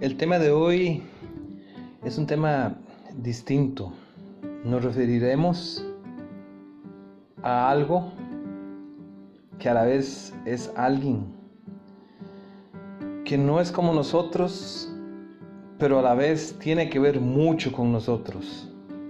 El tema de hoy es un tema distinto. Nos referiremos a algo que a la vez es alguien que no es como nosotros, pero a la vez tiene que ver mucho con nosotros.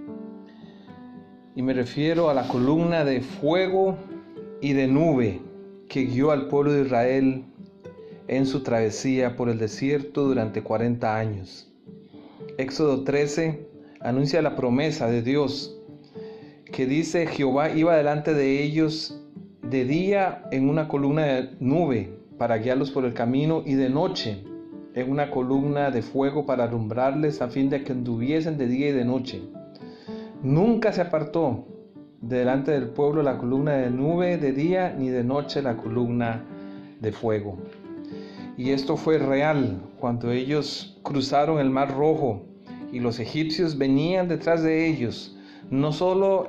Y me refiero a la columna de fuego y de nube que guió al pueblo de Israel en su travesía por el desierto durante 40 años. Éxodo 13 anuncia la promesa de Dios que dice: Jehová iba delante de ellos de día en una columna de nube para guiarlos por el camino, y de noche en una columna de fuego para alumbrarles, a fin de que anduviesen de día y de noche. Nunca se apartó de delante del pueblo la columna de nube de día, ni de noche la columna de fuego. Y esto fue real cuando ellos cruzaron el Mar Rojo y los egipcios venían detrás de ellos. No solo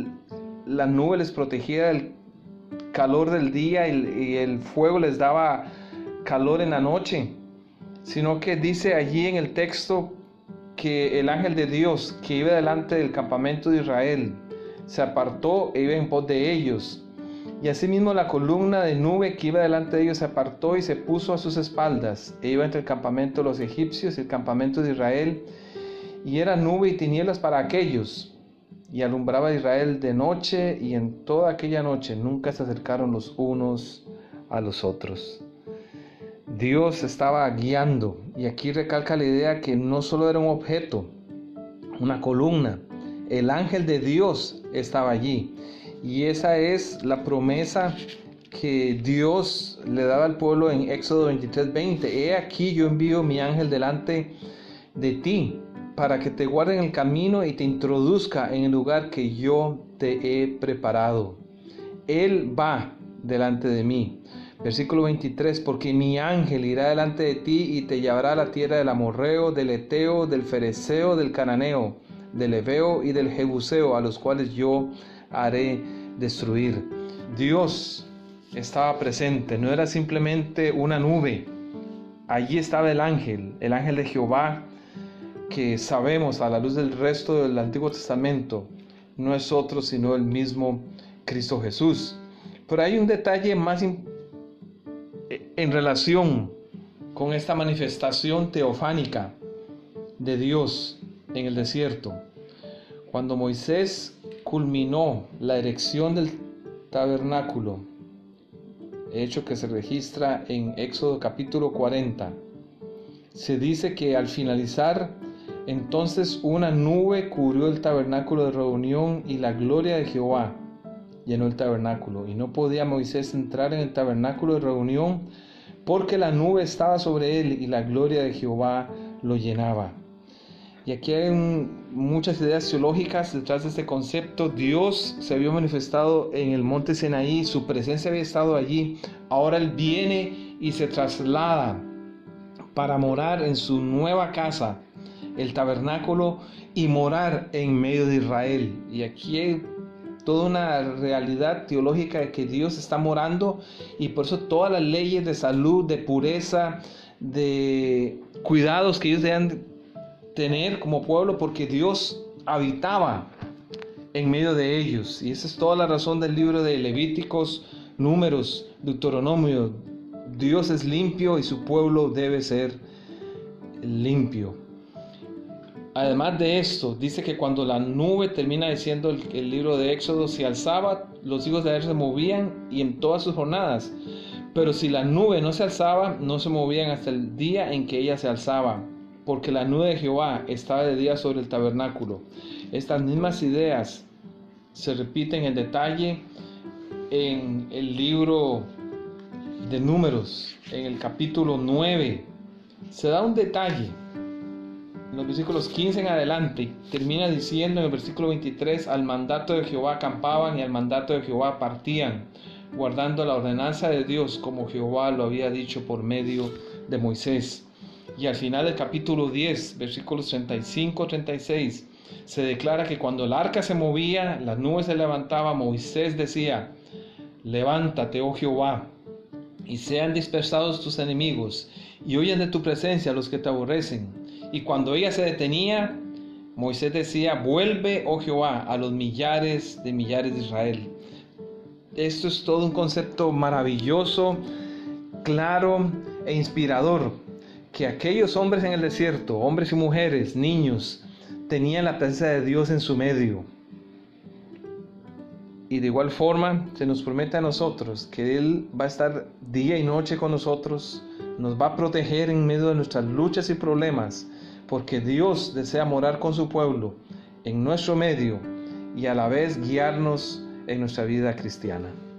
la nube les protegía del calor del día y el fuego les daba calor en la noche, sino que dice allí en el texto que el ángel de Dios que iba delante del campamento de Israel se apartó e iba en pos de ellos. Y asimismo la columna de nube que iba delante de ellos se apartó y se puso a sus espaldas, e iba entre el campamento de los egipcios y el campamento de Israel, y era nube y tinieblas para aquellos, y alumbraba a Israel de noche, y en toda aquella noche nunca se acercaron los unos a los otros. Dios estaba guiando, y aquí recalca la idea que no solo era un objeto, una columna, el ángel de Dios estaba allí. Y esa es la promesa que Dios le daba al pueblo en Éxodo 23:20. He aquí yo envío mi ángel delante de ti para que te guarde en el camino y te introduzca en el lugar que yo te he preparado. Él va delante de mí. Versículo 23, porque mi ángel irá delante de ti y te llevará a la tierra del amorreo, del eteo, del fereceo, del cananeo, del heveo y del jebuseo, a los cuales yo haré destruir. Dios estaba presente, no era simplemente una nube. Allí estaba el ángel de Jehová, que sabemos a la luz del resto del Antiguo Testamento no es otro sino el mismo Cristo Jesús. Pero hay un detalle más en relación con esta manifestación teofánica de Dios en el desierto. Cuando Moisés culminó la erección del tabernáculo, hecho que se registra en Éxodo capítulo 40, se dice que al finalizar, entonces una nube cubrió el tabernáculo de reunión y la gloria de Jehová llenó el tabernáculo, y no podía Moisés entrar en el tabernáculo de reunión porque la nube estaba sobre él y la gloria de Jehová lo llenaba. Y aquí hay muchas ideas teológicas detrás de este concepto. Dios se había manifestado en el monte Sinaí, su presencia había estado allí. Ahora Él viene y se traslada para morar en su nueva casa, el tabernáculo, y morar en medio de Israel. Y aquí hay toda una realidad teológica de que Dios está morando, y por eso todas las leyes de salud, de pureza, de cuidados que ellos debían tener como pueblo, porque Dios habitaba en medio de ellos. Y esa es toda la razón del libro de Levíticos, Números, Deuteronomio. Dios es limpio y su pueblo debe ser limpio. Además de esto, dice que cuando la nube, termina diciendo el libro de Éxodo, se alzaba, los hijos de Israel se movían y en todas sus jornadas. Pero si la nube no se alzaba, no se movían hasta el día en que ella se alzaba, porque la nube de Jehová estaba de día sobre el tabernáculo. Estas mismas ideas se repiten en detalle en el libro de Números, en el capítulo 9. Se da un detalle en los versículos 15 en adelante, y termina diciendo en el versículo 23: al mandato de Jehová acampaban y al mandato de Jehová partían, guardando la ordenanza de Dios como Jehová lo había dicho por medio de Moisés. Y al final del capítulo 10, versículos 35-36, se declara que cuando el arca se movía, las nubes se levantaban, Moisés decía: levántate, oh Jehová, y sean dispersados tus enemigos, y huyen de tu presencia los que te aborrecen. Y cuando ella se detenía, Moisés decía: vuelve, oh Jehová, a los millares de Israel. Esto es todo un concepto maravilloso, claro e inspirador, que aquellos hombres en el desierto, hombres y mujeres, niños, tenían la presencia de Dios en su medio. Y de igual forma se nos promete a nosotros que Él va a estar día y noche con nosotros, nos va a proteger en medio de nuestras luchas y problemas, porque Dios desea morar con su pueblo en nuestro medio y a la vez guiarnos en nuestra vida cristiana.